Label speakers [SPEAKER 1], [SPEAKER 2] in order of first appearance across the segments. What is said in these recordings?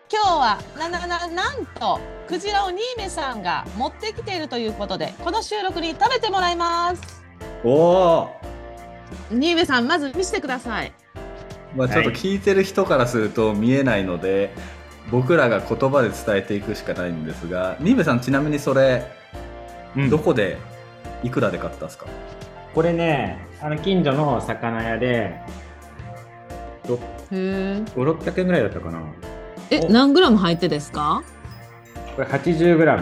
[SPEAKER 1] 今日はなんとクジラを新芽さんが持ってきているということで、この収録に食べてもらいます。
[SPEAKER 2] おお、
[SPEAKER 1] 新芽さん、まず見せてください。
[SPEAKER 2] ちょっと聞いてる人からすると見えないので、僕らが言葉で伝えていくしかないんですが、新部さん、ちなみにそれ、どこでいくらで買ったんですか？
[SPEAKER 3] これね、近所の魚屋で5、600円ぐらいだったかな。
[SPEAKER 1] 何グラム入ってですか？
[SPEAKER 3] これ80グラム。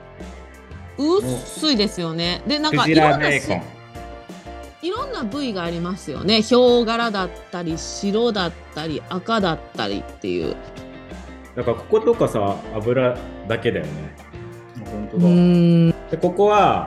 [SPEAKER 1] 薄いですよね。で、なんか
[SPEAKER 3] クジラベーコン。
[SPEAKER 1] いろんな部位がありますよね。ヒョウ柄だったり白だったり赤だったりっていう。
[SPEAKER 3] だからこことかさ、油だけだよね。
[SPEAKER 2] 本当だ。
[SPEAKER 3] でここは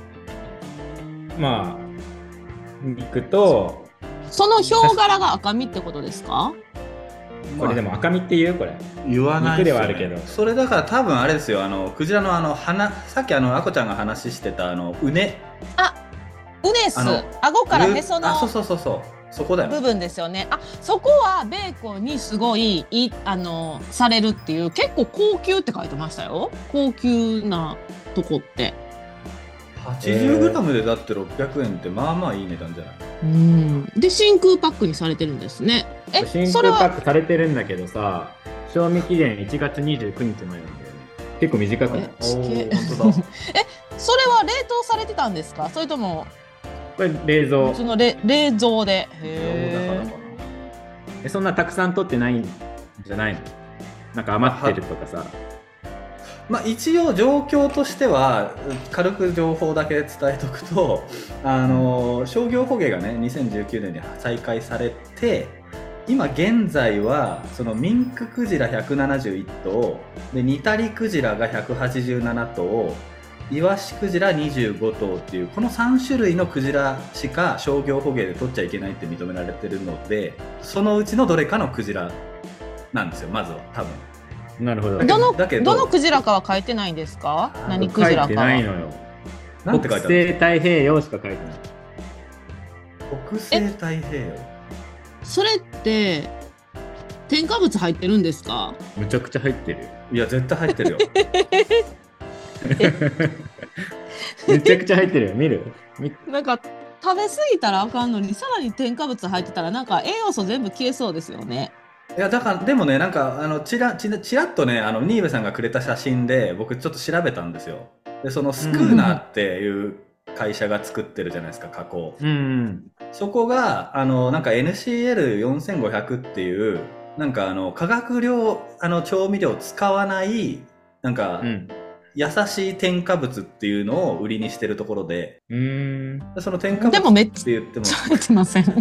[SPEAKER 3] まあ肉と、
[SPEAKER 1] そのヒョウ柄が赤身ってことですか？
[SPEAKER 3] これでも赤身って言う？これ
[SPEAKER 2] 言わないですよね。
[SPEAKER 3] 肉ではあるけど、
[SPEAKER 2] それだから多分あれですよ、クジラの鼻、さっきあこちゃんが話してたうね、
[SPEAKER 1] ウネス、顎からへその
[SPEAKER 2] そこだよ、
[SPEAKER 1] 部分ですよね。そこはベーコンにすごいされるっていう、結構高級って書いてましたよ。高級なとこって。
[SPEAKER 2] 80g でだって600円ってまあまあいい値段じゃない？
[SPEAKER 1] で真空パックにされてるんですね。
[SPEAKER 3] 真空パックされてるんだけどさ、賞味期限1月29日までなんだよね。結構短くない？
[SPEAKER 1] それは冷凍されてたんですか？それとも
[SPEAKER 3] これ冷蔵？
[SPEAKER 1] 普通の冷蔵で。
[SPEAKER 3] そんなたくさん取ってないんじゃないの？なんか余ってるとかさ。
[SPEAKER 2] 一応状況としては軽く情報だけ伝えとくと、商業捕鯨がね2019年に再開されて、今現在はそのミンククジラ171頭で、ニタリクジラが187頭、イワシクジラ25頭っていう、この3種類のクジラしか商業捕鯨で取っちゃいけないって認められてるので、そのうちのどれかのクジラなんですよ、まずは多分。
[SPEAKER 3] なるほど。
[SPEAKER 1] どのクジラかは書いてないんですか？何クジラかは。
[SPEAKER 3] 書いてないのよ。なんて書いてある？北西太平洋しか書いてない。
[SPEAKER 2] 北西太平洋。そ
[SPEAKER 1] れって添加物入ってるんですか？
[SPEAKER 3] むちゃくちゃ入ってる。
[SPEAKER 2] いや絶対入ってるよ。
[SPEAKER 3] めちゃくちゃ入ってるよ。見る？
[SPEAKER 1] なんか食べ過ぎたらあかんのに、さらに添加物入ってたらなんか栄養素全部消えそうですよね。
[SPEAKER 2] いやだからでもね、なんかちらっとね、新部さんがくれた写真で僕ちょっと調べたんですよ。でそのスクーナーっていう会社が作ってるじゃないですか、加工。そこがなんか NCL4500 っていうなんか化学調味料を使わないなんか、優しい添加物っていうのを売りにしてるところで、その添加物って言っても
[SPEAKER 1] 入ってません。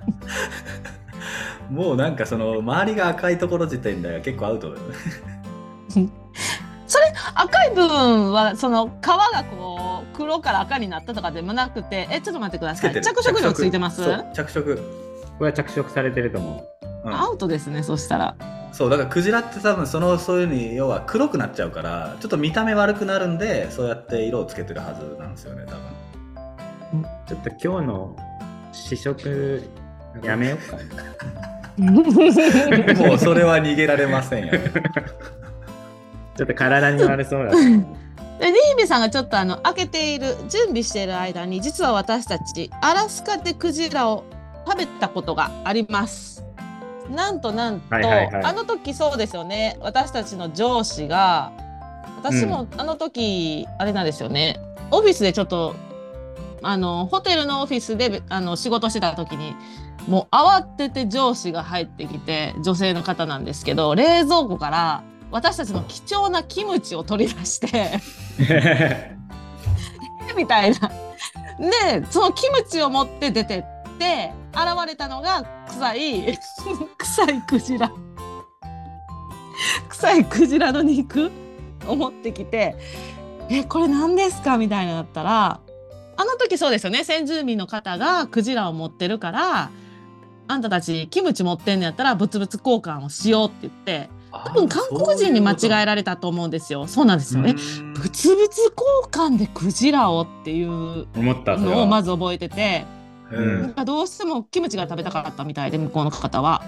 [SPEAKER 2] もうなんかその周りが赤いところ自体が結構アウトだよね。
[SPEAKER 1] それ赤い部分はその皮がこう黒から赤になったとかでもなくて、ちょっと待ってください。着色料ついてます？
[SPEAKER 2] 着色。
[SPEAKER 3] これは着色されてると思
[SPEAKER 1] う。アウトですね。そしたら。
[SPEAKER 2] そうだからクジラって多分そういうに要は黒くなっちゃうからちょっと見た目悪くなるんで、そうやって色をつけてるはずなんですよね、多分。
[SPEAKER 3] ちょっと今日の試食やめようか。
[SPEAKER 2] もうそれは逃げられませんよ。
[SPEAKER 3] ちょっと体に悪そうだ。で、
[SPEAKER 1] 新部さんがちょっと開けている準備している間に、実は私たちアラスカでクジラを食べたことがあります。なんと、あの時そうですよね、私たちの上司が、私もあの時あれなんですよね、オフィスでちょっとホテルのオフィスで仕事してた時に、もう慌てて上司が入ってきて、女性の方なんですけど、冷蔵庫から私たちの貴重なキムチを取り出してみたいな。でそのキムチを持って出てって現れたのが臭いクジラ臭いクジラの肉を持ってきて、これ何ですかみたいになったら、あの時そうですよね、先住民の方がクジラを持ってるから、あんたたちキムチ持ってんのやったら物々交換をしようって言って、多分韓国人に間違えられたと思うんですよ。そうなんですよね。物々交換でクジラをっていうのをまず覚えてて、どうしてもキムチが食べたかったみたいで、向こうの方は。で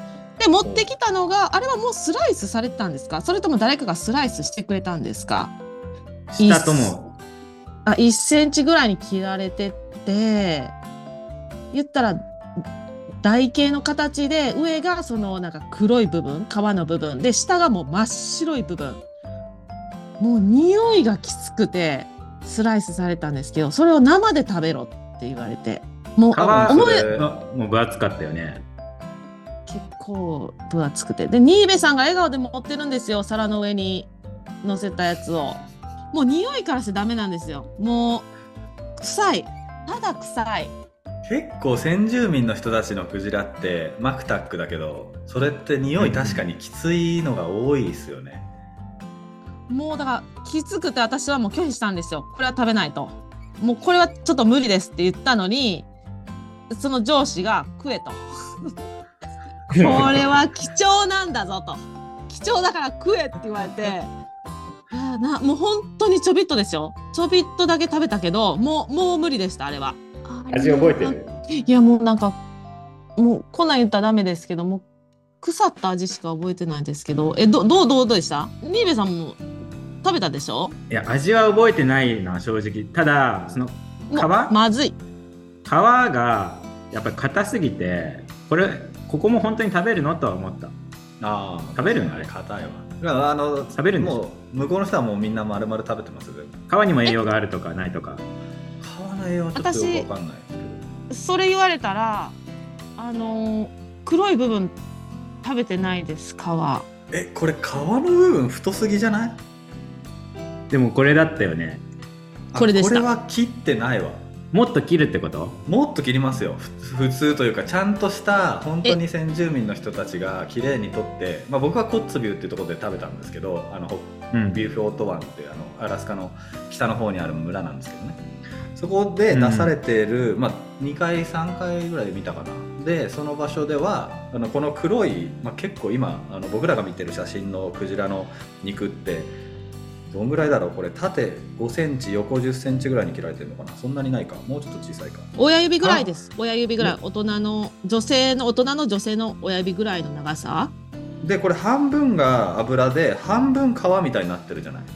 [SPEAKER 1] で持ってきたのがあれはもうスライスされてたんですか、それとも誰かがスライスしてくれたんですか？
[SPEAKER 3] したと思う。
[SPEAKER 1] 1センチぐらいに切られてて、言ったら台形の形で、上がそのなんか黒い部分、皮の部分で、下がもう真っ白い部分、もう匂いがきつくてスライスされたんですけど、それを生で食べろって言われて、もう
[SPEAKER 3] 皮もう分厚かったよね。
[SPEAKER 1] 結構分厚くて、で新部さんが笑顔で持ってるんですよ、皿の上に乗せたやつを。もう匂いからしてダメなんですよ。もう臭い、ただ臭い。
[SPEAKER 2] 結構先住民の人たちのクジラってマクタックだけど、それって匂い確かにきついのが多いですよね。
[SPEAKER 1] もうだからきつくて私はもう拒否したんですよ。これは食べないと、もうこれはちょっと無理ですって言ったのに、その上司が食えとこれは貴重なんだぞと、貴重だから食えって言われて、もう本当にちょびっとですよ、ちょびっとだけ食べたけど、もう無理でした。あれは
[SPEAKER 3] 味覚えてる？
[SPEAKER 1] いやもうなんか、もうこんなん言ったらダメですけど、もう腐った味しか覚えてないですけど、どうでした？新部さんも食べたでしょ？
[SPEAKER 3] いや、味は覚えてないな正直。ただその皮、
[SPEAKER 1] まずい、
[SPEAKER 3] 皮がやっぱり硬すぎて、ここも本当に食べるのとは思った。食べるの？あれ
[SPEAKER 2] 硬いわ。
[SPEAKER 3] 食べるんでしょ？
[SPEAKER 2] もう向こうの人はもうみんな丸々食べてますよ。
[SPEAKER 3] 皮にも栄養があるとかないとか。
[SPEAKER 2] 皮の栄養はちょっとよくわかんないけど、
[SPEAKER 1] それ言われたら黒い部分食べてないです。皮。
[SPEAKER 2] これ皮の部分太すぎじゃない？
[SPEAKER 3] でもこれだったよね。
[SPEAKER 1] これでした。
[SPEAKER 2] これは切ってないわ。
[SPEAKER 3] もっと切るってこと？
[SPEAKER 2] もっと切りますよ。普通というかちゃんとした本当に先住民の人たちがきれいにとって、僕はコッツビューっていうところで食べたんですけど、ビューフォート湾っていうアラスカの北の方にある村なんですけどね、そこで出されている、2回3回ぐらい見たかな。でその場所ではこの黒い、結構今僕らが見てる写真のクジラの肉ってどんぐらいだろう、これ縦5センチ横10センチぐらいに切られてるのかな。そんなにないか、もうちょっと小さいか。
[SPEAKER 1] 親指ぐらいです。親指ぐらい、大人の女性の親指ぐらいの長さ
[SPEAKER 2] で、これ半分が油で半分皮みたいになってるじゃない。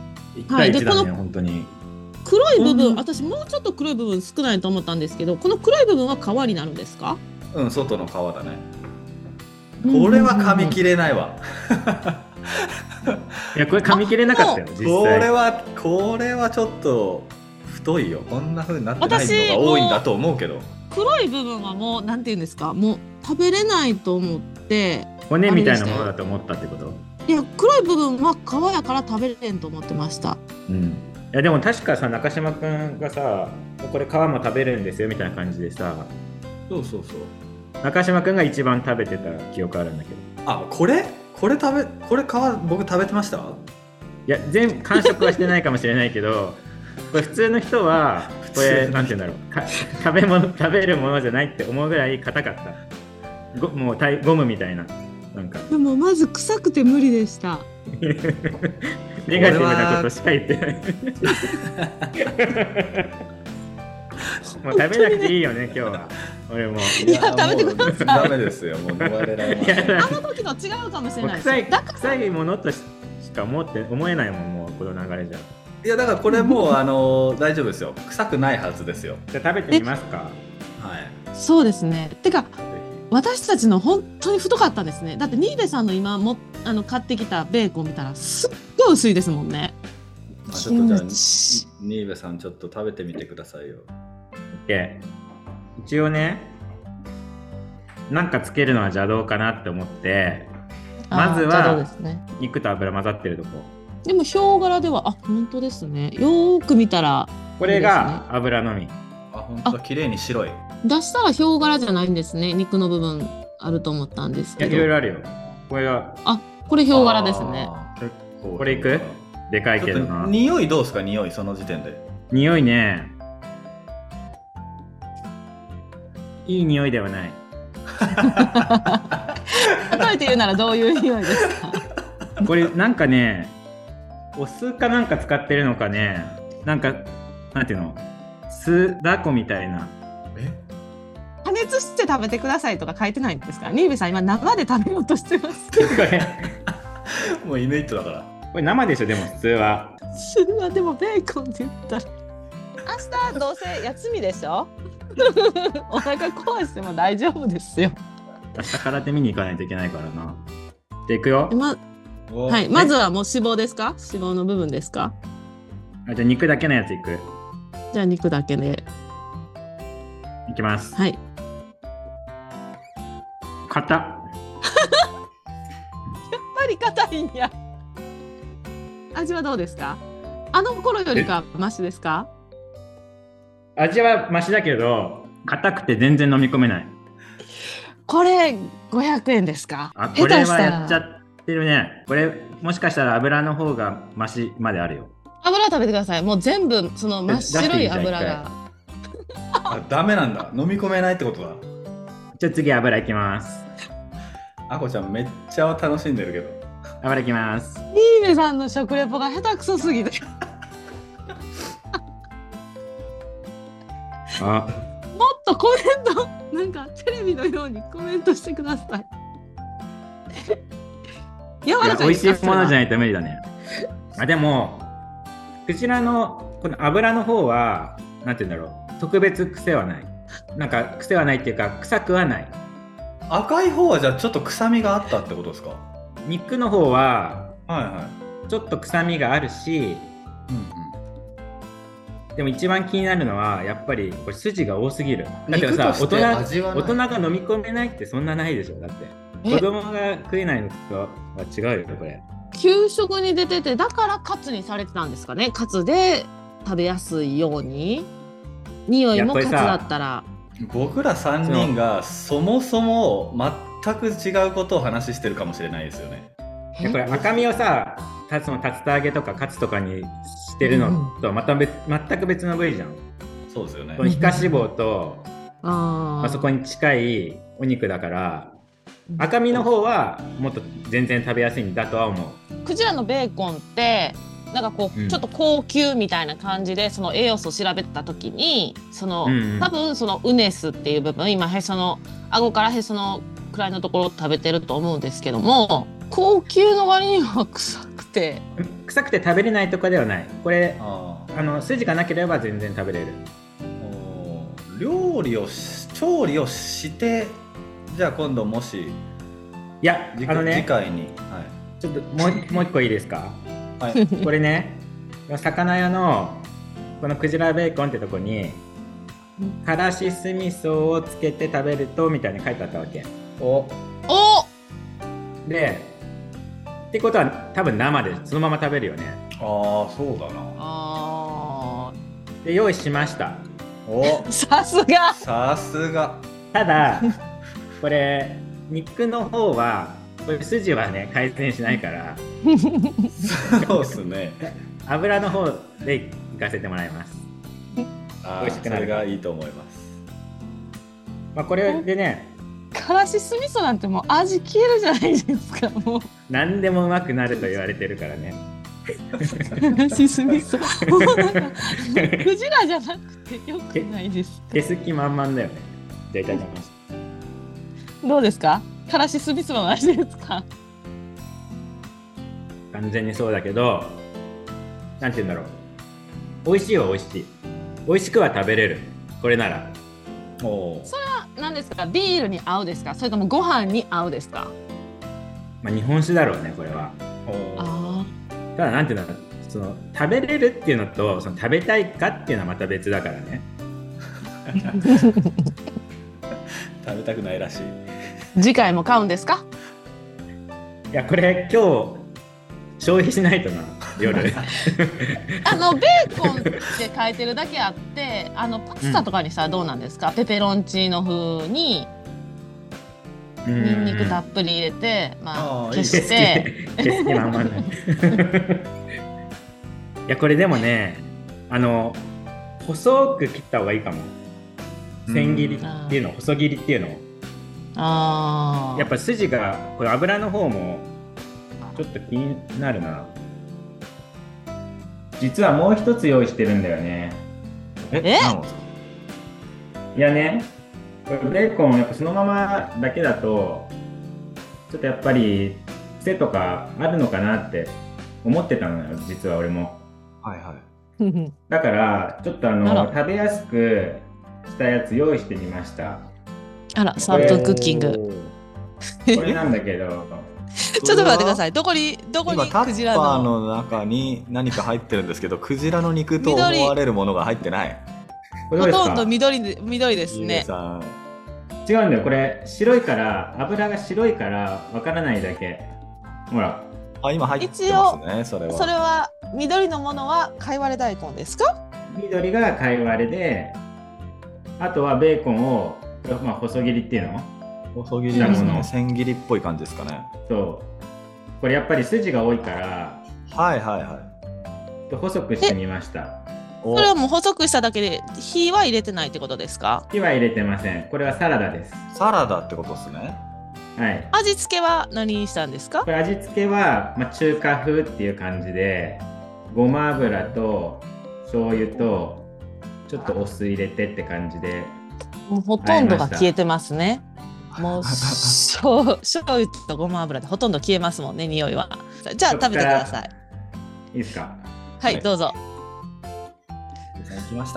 [SPEAKER 3] 1対1だね、本当に。
[SPEAKER 1] 黒い部分、私もうちょっと黒い部分少ないと思ったんですけど、この黒い部分は皮になるんですか？
[SPEAKER 2] 外の皮だね。これは噛み切れないわ。
[SPEAKER 3] いや、これ噛み切れなかったよ実際。
[SPEAKER 2] これはちょっと太いよ。こんな風になってないのが多いんだと思うけど、
[SPEAKER 1] 黒い部分はもうなんていうんですか、もう食べれないと思って、
[SPEAKER 3] 骨みたいなものだと思ったってこと？
[SPEAKER 1] いや、黒い部分は皮やから食べれんと思ってました。
[SPEAKER 3] いやでも確かさ、中島くんがさ、これ皮も食べるんですよみたいな感じでさ、
[SPEAKER 2] そう
[SPEAKER 3] 中島くんが一番食べてた記憶あるんだけど。
[SPEAKER 2] これ皮僕食べてました？
[SPEAKER 3] いや、完食はしてないかもしれないけどこれ普通の人はこれなんて言うんだろう、食べるものじゃないって思うぐらい硬かった。もうゴムみたいな、なんか
[SPEAKER 1] でもまず臭くて無理でした。
[SPEAKER 3] ネガティブなことしか言ってない。もう食べなくていいよね今日は。俺も
[SPEAKER 1] いや、食べてください。
[SPEAKER 2] ダメですよ、もう言われられません。
[SPEAKER 1] あの時と違うかもしれないです。
[SPEAKER 3] 臭いものとしか思えないもん、もうこの流れじゃ。
[SPEAKER 2] いや、だからこれもう大丈夫ですよ。臭くないはずですよ。
[SPEAKER 3] じゃあ食べてみますか。
[SPEAKER 2] はい。
[SPEAKER 1] そうですね。てか私たちの本当に太かったですね。だって新部さんの今も買ってきたベーコン見たらすっごい薄いですもんね。
[SPEAKER 2] ちょっとじゃあ新部さんちょっと食べてみてくださいよ。
[SPEAKER 3] OK。一応ね、なんかつけるのは邪道かなって思って、まずは肉と油混ざってるとこ。
[SPEAKER 1] でもヒョウ柄では、本当ですね。よーく見たら
[SPEAKER 3] これが油のみ。
[SPEAKER 2] 本当だ、綺麗に白い。
[SPEAKER 1] 出したらヒョウ柄じゃないんですね。肉の部分あると思ったんですけど。
[SPEAKER 3] いろいろあるよ。これが
[SPEAKER 1] これヒョウ柄ですね。
[SPEAKER 3] これいく？でかいけどな。
[SPEAKER 2] 匂いどうですか？匂いその時点で。
[SPEAKER 3] 匂いね、いい匂いではない。
[SPEAKER 1] 例えて言うならどういう匂いですか？
[SPEAKER 3] これなんかね、お酢かなんか使ってるのかね、なんかなんていうの、酢だこみたいな。
[SPEAKER 1] 加熱して食べてくださいとか書いてないんですか？新部さん今生で食べようとしてますけど
[SPEAKER 2] もうイヌイットだから。
[SPEAKER 3] これ生でしょ、でも普通は。
[SPEAKER 1] それはでもベーコンって言ったら明日どうせ休みでしょお腹壊しても大丈夫ですよ。
[SPEAKER 3] 明日空手見に行かないといけないからな。で、いくよ。
[SPEAKER 1] はい、まずはもう脂肪ですか？脂肪の部分ですか？
[SPEAKER 3] じゃあ肉だけのやついく。
[SPEAKER 1] じゃあ肉だけで
[SPEAKER 3] いきます。
[SPEAKER 1] はい。
[SPEAKER 3] 硬っ。
[SPEAKER 1] やっぱり硬いんや。味はどうですか？あの頃よりかマシですか？
[SPEAKER 3] 味はマシだけど硬くて全然飲み込めない。
[SPEAKER 1] これ500円ですか？
[SPEAKER 3] あ、これはやっちゃってるね。これもしかしたら油の方がマシまであるよ。
[SPEAKER 1] 油食べてください。もう全部その真っ白い油が。
[SPEAKER 2] あ、ダメなんだ。飲み込めないってことだ。
[SPEAKER 3] じゃあ次油いきます。
[SPEAKER 2] あこちゃんめっちゃ楽しんでるけど。
[SPEAKER 3] 油いきます。
[SPEAKER 1] 新部さんの食レポが下手くそすぎて
[SPEAKER 3] あ、
[SPEAKER 1] もっとコメントなんかテレビのようにコメントしてください。柔らかい。
[SPEAKER 3] 美味しいものじゃないと無理だね。あ、でもクジラのこの油の方はなんて言うんだろう、特別癖はない。なんか癖はないっていうか臭くはない。
[SPEAKER 2] 赤い方はじゃあちょっと臭みがあったってことですか？
[SPEAKER 3] 肉の方は
[SPEAKER 2] はいはい。
[SPEAKER 3] ちょっと臭みがあるし、でも一番気になるのはやっぱりこれ筋が多すぎる。だってさ、大人が飲み込めないってそんなないでしょ。だって子供が食えないのとは違うよこれ。
[SPEAKER 1] 給食に出ててだからカツにされてたんですかね。カツで食べやすいように。匂いもカツだったら。
[SPEAKER 2] 僕ら3人がそもそも全く違うことを話してるかもしれないですよね。
[SPEAKER 3] これ赤身をさ、その竜田揚げとかカツとかにしてるのとまた全く別の部位じゃん。
[SPEAKER 2] そうですよね。
[SPEAKER 3] この皮下脂肪と、そこに近いお肉だから赤身の方はもっと全然食べやすいんだとは思う。
[SPEAKER 1] クジラのベーコンってなんかこう、ちょっと高級みたいな感じでその栄養素を調べた時にその、多分そのウネスっていう部分、今へその顎からへそのくらいのところを食べてると思うんですけども、高級の割には臭くて
[SPEAKER 3] 食べれないとかではない。これ筋がなければ全然食べれる。
[SPEAKER 2] 調理をしてじゃあ今度もし
[SPEAKER 3] いや
[SPEAKER 2] 次回に、
[SPEAKER 3] ちょっともう一個いいですか？
[SPEAKER 2] はい、
[SPEAKER 3] これね、魚屋のこのクジラベーコンってとこにからし酢味噌をつけて食べるとみたいに書いてあったわけ。でってことは多分生でそのまま食べるよね。
[SPEAKER 2] ああ、そうだな。
[SPEAKER 3] で用意しました。
[SPEAKER 1] さすが。
[SPEAKER 3] ただこれ肉の方はこれ筋はね改善しないから
[SPEAKER 2] そうですね。
[SPEAKER 3] 油の方でいかせてもらいます。美味しくなる。それが
[SPEAKER 2] いいと思います。
[SPEAKER 3] これでね、
[SPEAKER 1] からし酢味噌なんてもう味消えるじゃないですか。もう
[SPEAKER 3] 何でもうまくなると言われてるからね。
[SPEAKER 1] からし酢味噌もうなんかクジラじゃなくてよくないですか？
[SPEAKER 3] 消す気満々だよね。じゃあいただきます。
[SPEAKER 1] どうですか？からし酢味噌の味ですか？
[SPEAKER 3] 完全にそうだけど、なんて言うんだろう。美味しいは美味しい。美味しくは食べれる。これなら。
[SPEAKER 1] それは何ですか？ビールに合うですか？それともご飯に合うですか？
[SPEAKER 3] 日本酒だろうねこれは。ただなんていうんだろう、その食べれるっていうのとその食べたいかっていうのはまた別だからね。
[SPEAKER 2] 食べたくないらしい。
[SPEAKER 1] 次回も買うんですか？
[SPEAKER 3] いやこれ今日消費しないとな夜。
[SPEAKER 1] ベーコンって書いてるだけあってパスタとかにさ、どうなんですか？ペペロンチーノ風にニンニクたっぷり入れて、消して
[SPEAKER 3] 消す気満々ね。いやこれでもね細く切った方がいいかも。千切りっていうの、細切りっていうの。やっぱ筋がこれ油の方もちょっと気になるな。実はもう一つ用意してるんだよね。
[SPEAKER 2] 何ですか？
[SPEAKER 3] いやね、 ベーコンやっぱそのままだけだとちょっとやっぱり癖とかあるのかなって思ってたのよ、実は俺も。
[SPEAKER 2] はいはい。
[SPEAKER 3] だからちょっと食べやすくしたやつ用意してみました。
[SPEAKER 1] あら、サンプルクッキング。
[SPEAKER 3] これなんだけど
[SPEAKER 1] ちょっと待ってください。どこに
[SPEAKER 2] 今タッパーの中に何か入ってるんですけど、クジラの肉と思われるものが入ってない。
[SPEAKER 1] ほとんど緑ですね。
[SPEAKER 3] 違うんだよ、これ白いから油が白いからわからないだけ。ほら、
[SPEAKER 2] 今入ってますね。
[SPEAKER 1] それは緑のものはカイワレ大根ですか？
[SPEAKER 3] 緑がカイワレで、あとはベーコンを、まあ、細切りっていうの？
[SPEAKER 2] 細切りですね。千切りっぽい感じですかね。
[SPEAKER 3] そう。これやっぱり筋が多いから、
[SPEAKER 2] はいはいはい。
[SPEAKER 3] 細くしてみました。
[SPEAKER 1] それはもう細くしただけで火は入れてないってことですか？
[SPEAKER 3] 火は入れてません。これはサラダです。
[SPEAKER 2] サラダってことですね。
[SPEAKER 3] はい。
[SPEAKER 1] 味付けは何にしたんですか？
[SPEAKER 3] これ味付けは、まあ、中華風っていう感じで、ごま油と醤油とちょっとお酢入れてって感じで。
[SPEAKER 1] もうほとんどが消えてますね。もう醤油とごま油でほとんど消えますもんね、匂いは。じゃあ食べてください。
[SPEAKER 3] いいですか？
[SPEAKER 1] はい、どうぞ。
[SPEAKER 2] 来ました。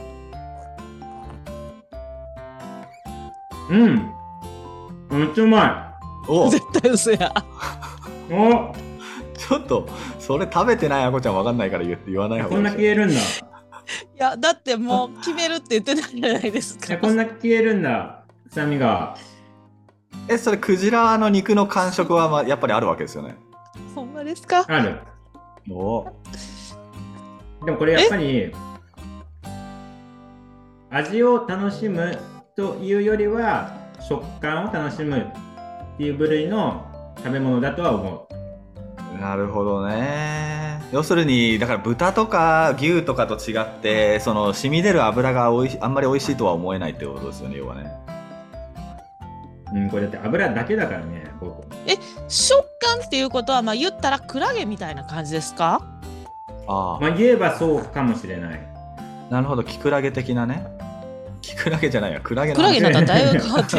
[SPEAKER 3] めっちゃうま
[SPEAKER 2] い。お、
[SPEAKER 1] 絶対嘘や。
[SPEAKER 3] お、
[SPEAKER 2] ちょっとそれ食べてないあこちゃんわかんないから言わない方がいい。
[SPEAKER 3] こんな消えるんだ。い
[SPEAKER 1] や、だってもう決めるって言ってないじゃないですか。
[SPEAKER 3] こんな消えるんだ、臭みが。
[SPEAKER 2] それクジラの肉の感触はやっぱりあるわけですよね。
[SPEAKER 1] ほんまですか？
[SPEAKER 3] ある。
[SPEAKER 2] お。
[SPEAKER 3] でもこれやっぱり味を楽しむというよりは食感を楽しむっていう部類の食べ物だとは思
[SPEAKER 2] う。なるほどね。要するにだから豚とか牛とかと違ってその染み出る油があんまり美味しいとは思えないってことですよね、要はね。
[SPEAKER 3] これだって油だけだからね。
[SPEAKER 1] 食感っていうことはまあ言ったらクラゲみたいな感じですか？
[SPEAKER 3] まあ言えばそうかもしれない。
[SPEAKER 2] なるほど、キクラゲ的なね。キクラゲじゃないや、クラゲ
[SPEAKER 1] なんだ。クラゲなんかだいぶ変わって。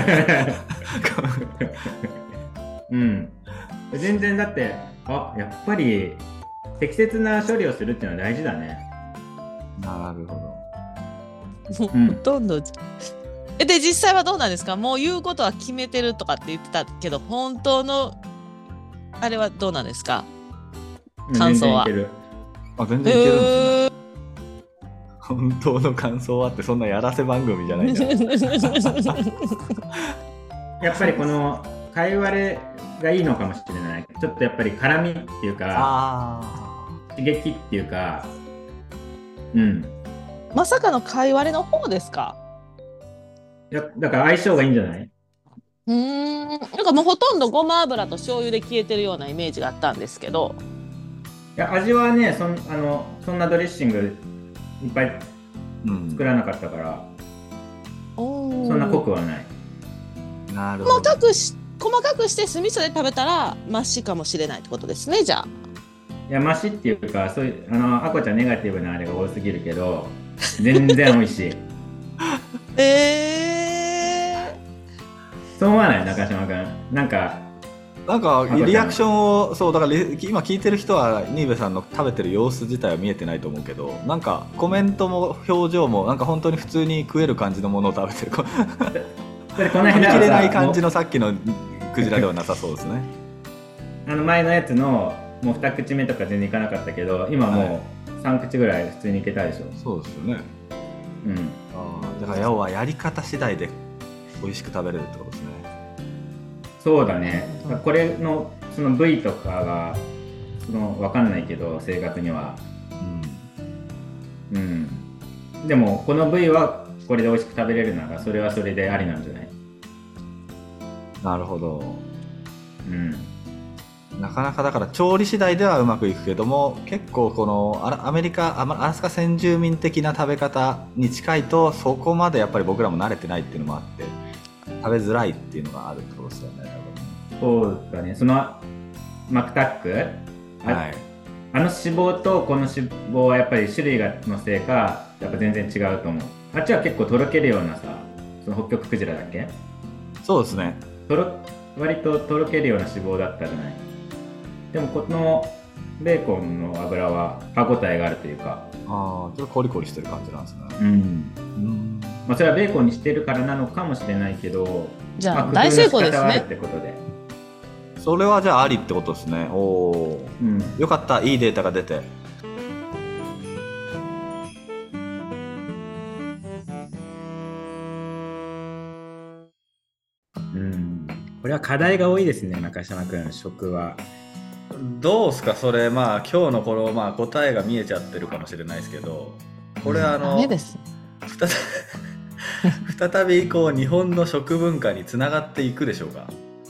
[SPEAKER 3] 全然だってやっぱり適切な処理をするっていうのは大事だね。
[SPEAKER 2] なるほ
[SPEAKER 1] ど。ほとんど。で実際はどうなんですか？もう言うことは決めてるとかって言ってたけど、本当のあれはどうなんですか？感想は。
[SPEAKER 2] 全然いけるんですね。本当の感想はってそんなやらせ番組じゃないじゃないですか。
[SPEAKER 3] やっぱりこのカイワレがいいのかもしれない。ちょっとやっぱり辛みっていうか刺激っていうか、
[SPEAKER 1] まさかのカイワレの方ですか？
[SPEAKER 3] だから相性がいいんじゃない？
[SPEAKER 1] なんかもうほとんどごま油と醤油で消えてるようなイメージがあったんですけど。
[SPEAKER 3] いや、味はね、そんなドレッシングいっぱい作らなかったから、そんな濃くはない。
[SPEAKER 2] なるほど。
[SPEAKER 1] 細かくして酢味噌で食べたらマシかもしれないってことですね、じゃあ。
[SPEAKER 3] いや、マシっていうか、そういうあこちゃんネガティブなあれが多すぎるけど、全然美味しい。そう思わない？中島君。なんか
[SPEAKER 2] リアクションをそうだから今聞いてる人は新部さんの食べてる様子自体は見えてないと思うけど、なんかコメントも表情もなんか本当に普通に食える感じのものを食べてる。この辺切れない感じのさっきのクジラではなさそうですね。
[SPEAKER 3] 前のやつのもう2口目とか全然いかなかったけど、今もう3口ぐらい普通にいけたでしょ。
[SPEAKER 2] そうですよね。だから要はやり方次第で美味しく食べれるってことですね。
[SPEAKER 3] そうだね。これのその部位とかが分かんないけど正確には、でもこの部位はこれで美味しく食べれるならそれはそれでありなんじゃない？
[SPEAKER 2] なるほど。なかなかだから調理次第ではうまくいくけども、結構このアラスカ先住民的な食べ方に近いとそこまでやっぱり僕らも慣れてないっていうのもあって食べづらいっていうのがあるってことですよね。
[SPEAKER 3] そうだね。そのマクタック、脂肪とこの脂肪はやっぱり種類のせいかやっぱ全然違うと思う。あっちは結構とろけるようなさその北極クジラだっけ？
[SPEAKER 2] そうですね。
[SPEAKER 3] 割ととろけるような脂肪だったじゃない。でもこのベーコンの油は歯ごたえがあるというか、
[SPEAKER 2] ちょっとコリコリしてる感じなんですね。
[SPEAKER 3] まあ、それはベーコンにしてるからなのかもしれないけど、
[SPEAKER 1] じゃあ、大成功ですね。
[SPEAKER 3] ってことで、
[SPEAKER 2] それはじゃあありってことですね。よかった、いいデータが出て。
[SPEAKER 3] これは課題が多いですね、中島君、食は。
[SPEAKER 2] どうすか、それ。まあ今日のこの、答えが見えちゃってるかもしれないですけど、これ
[SPEAKER 1] ダメです。
[SPEAKER 2] 再びこう日本の食文化につながっていくでしょうか。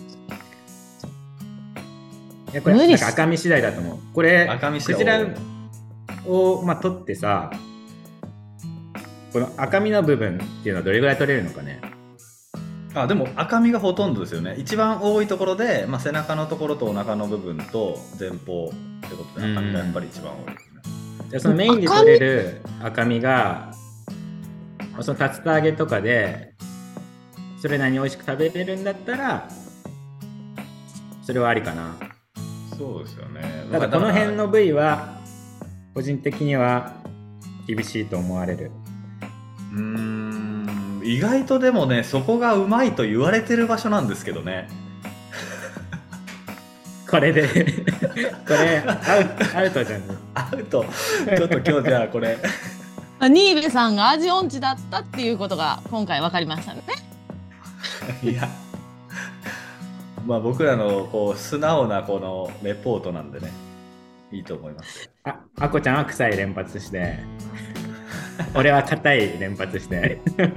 [SPEAKER 3] いや、これなんか赤身次第だと思う。これクジラを取ってさ、この赤身の部分っていうのはどれぐらい取れるのかね。
[SPEAKER 2] でも赤身がほとんどですよね。一番多いところで、背中のところとお腹の部分と前方ってことで赤身がやっぱり一番多いですね。
[SPEAKER 3] じゃあそのメインで取れる赤身がその竜田揚げとかでそれなりに美味しく食べれるんだったらそれはありかな。
[SPEAKER 2] そうですよね。
[SPEAKER 3] ただこの辺の部位は個人的には厳しいと思われる。
[SPEAKER 2] 意外とでもね、そこがうまいと言われてる場所なんですけどね。
[SPEAKER 3] これでこれアウトじゃん。
[SPEAKER 2] アウト。ちょっと今日じゃあこれ
[SPEAKER 1] 新部さんが味音痴だったっていうことが今回分かりましたね。
[SPEAKER 2] いや、僕らのこう素直なこのレポートなんでね、いいと思います。
[SPEAKER 3] あこちゃんは臭い連発して俺は硬い連発して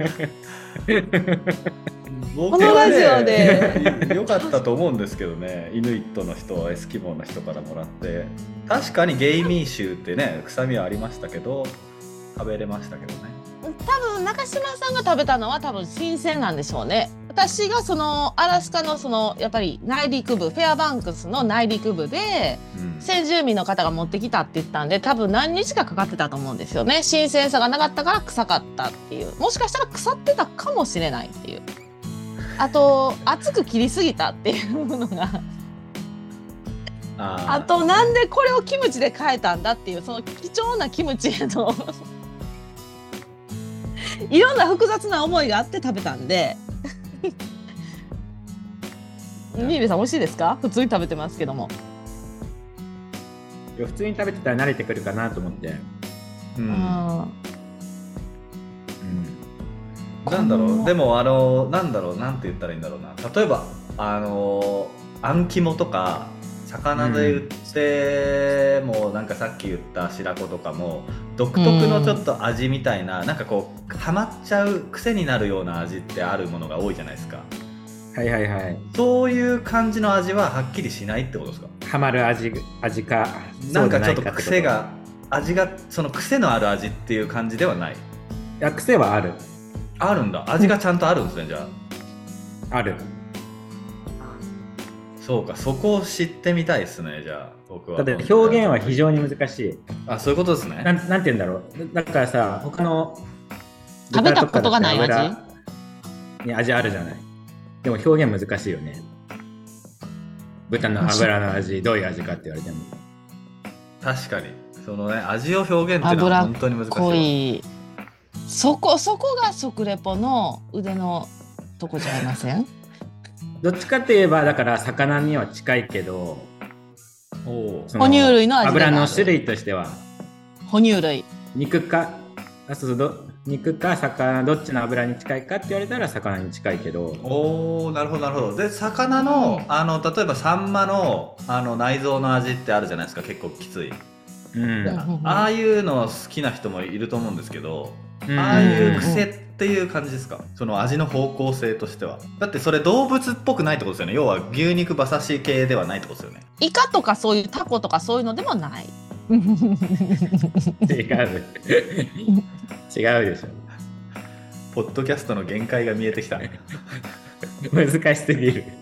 [SPEAKER 2] 僕はね、良かったと思うんですけどね。イヌイットの人、エスキモーの人からもらって、確かにゲイミー臭ってね、臭みはありましたけど食べれましたけどね。
[SPEAKER 1] 多分中島さんが食べたのは多分新鮮なんでしょうね。私がそのアラスカのそのやっぱり内陸部、フェアバンクスの内陸部で、先住民の方が持ってきたって言ったんで、多分何日かかかってたと思うんですよね。新鮮さがなかったから臭かったっていう、もしかしたら腐ってたかもしれないっていう、あと厚く切りすぎたっていうのがあとなんでこれをキムチで変えたんだっていう、その貴重なキムチへのいろんな複雑な思いがあって食べたんで新部さん美味しいですか？普通に食べてますけども。
[SPEAKER 3] いや普通に食べてたら慣れてくるかなと思って。
[SPEAKER 2] なんだろう、でもなんだろう、なんて言ったらいいんだろうな。例えばあん肝とか魚で売ってもなんかさっき言った白子とかも独特のちょっと味みたいな、なんかこうハマっちゃう癖になるような味ってあるものが多いじゃないですか。
[SPEAKER 3] はいはいはい。
[SPEAKER 2] そういう感じの味ははっきりしないってことですか？
[SPEAKER 3] ハマる味か
[SPEAKER 2] なんかちょっと癖が味がその癖のある味っていう感じではない。い
[SPEAKER 3] や癖はある。
[SPEAKER 2] あるんだ。味がちゃんとあるんですね。じゃ
[SPEAKER 3] あある。
[SPEAKER 2] そうか、そこを知ってみたいですね。じゃあ僕は。
[SPEAKER 3] だって表現は非常に難しい。
[SPEAKER 2] そういうことですね。
[SPEAKER 3] なんて言うんだろう。だからさ、他の
[SPEAKER 1] 食べたことがない味
[SPEAKER 3] に味あるじゃない。でも表現難しいよね。豚の油の味どういう味かって言われても。
[SPEAKER 2] 確かにそのね、味を表現っていうのは本当に難しい。
[SPEAKER 1] 濃い。そこが食レポの腕のとこじゃありません？
[SPEAKER 3] どっちかといえばだから魚には近いけど、
[SPEAKER 1] 哺乳類の味
[SPEAKER 3] 油の種類としては
[SPEAKER 1] 哺乳類、
[SPEAKER 3] 肉か魚どっちの油に近いかって言われたら魚に近いけど。
[SPEAKER 2] なるほどなるほど。で魚の、例えばサンマの内臓の味ってあるじゃないですか。結構きつい、ああいうの好きな人もいると思うんですけど、ああいう癖っていう感じですか？その味の方向性としては。だってそれ動物っぽくないってことですよね。要は牛肉馬刺し系ではないってことですよね。
[SPEAKER 1] イカとかそういうタコとかそういうのでもない。
[SPEAKER 3] 違うでしょ。
[SPEAKER 2] ポッドキャストの限界が見えてきた。
[SPEAKER 3] 難しすぎる。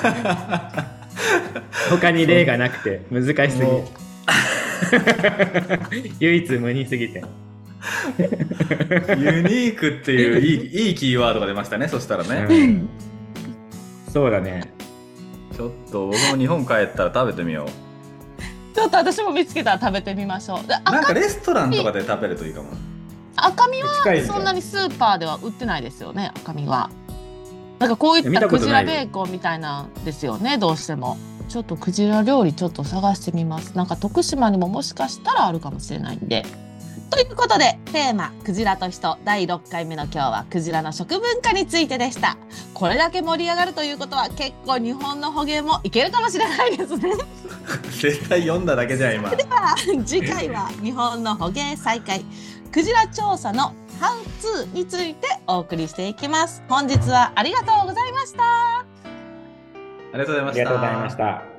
[SPEAKER 3] 他に例がなくて難しすぎる。唯一無二すぎて。
[SPEAKER 2] ユニークっていういいキーワードが出ましたね。そしたらね、
[SPEAKER 3] そうだね。
[SPEAKER 2] ちょっと僕も日本帰ったら食べてみよう。
[SPEAKER 1] ちょっと私も見つけたら食べてみましょう。
[SPEAKER 2] なんかレストランとかで食べるといいかも。
[SPEAKER 1] 赤身はそんなにスーパーでは売ってないですよね。赤身はなんかこういったクジラベーコンみたいなんですよね。どうしてもちょっとクジラ料理ちょっと探してみます。なんか徳島にももしかしたらあるかもしれないんで。ということでテーマクジラと人第6回目の今日はクジラの食文化についてでした。これだけ盛り上がるということは結構日本の捕鯨もいけるかもしれないですね。
[SPEAKER 2] 絶対読んだだけじゃん今。
[SPEAKER 1] では次回は日本の捕鯨再開クジラ調査のハウツーについてお送りしていきます。本日はありがとうございました。
[SPEAKER 2] ありがとうございました。
[SPEAKER 3] ありがとうございました。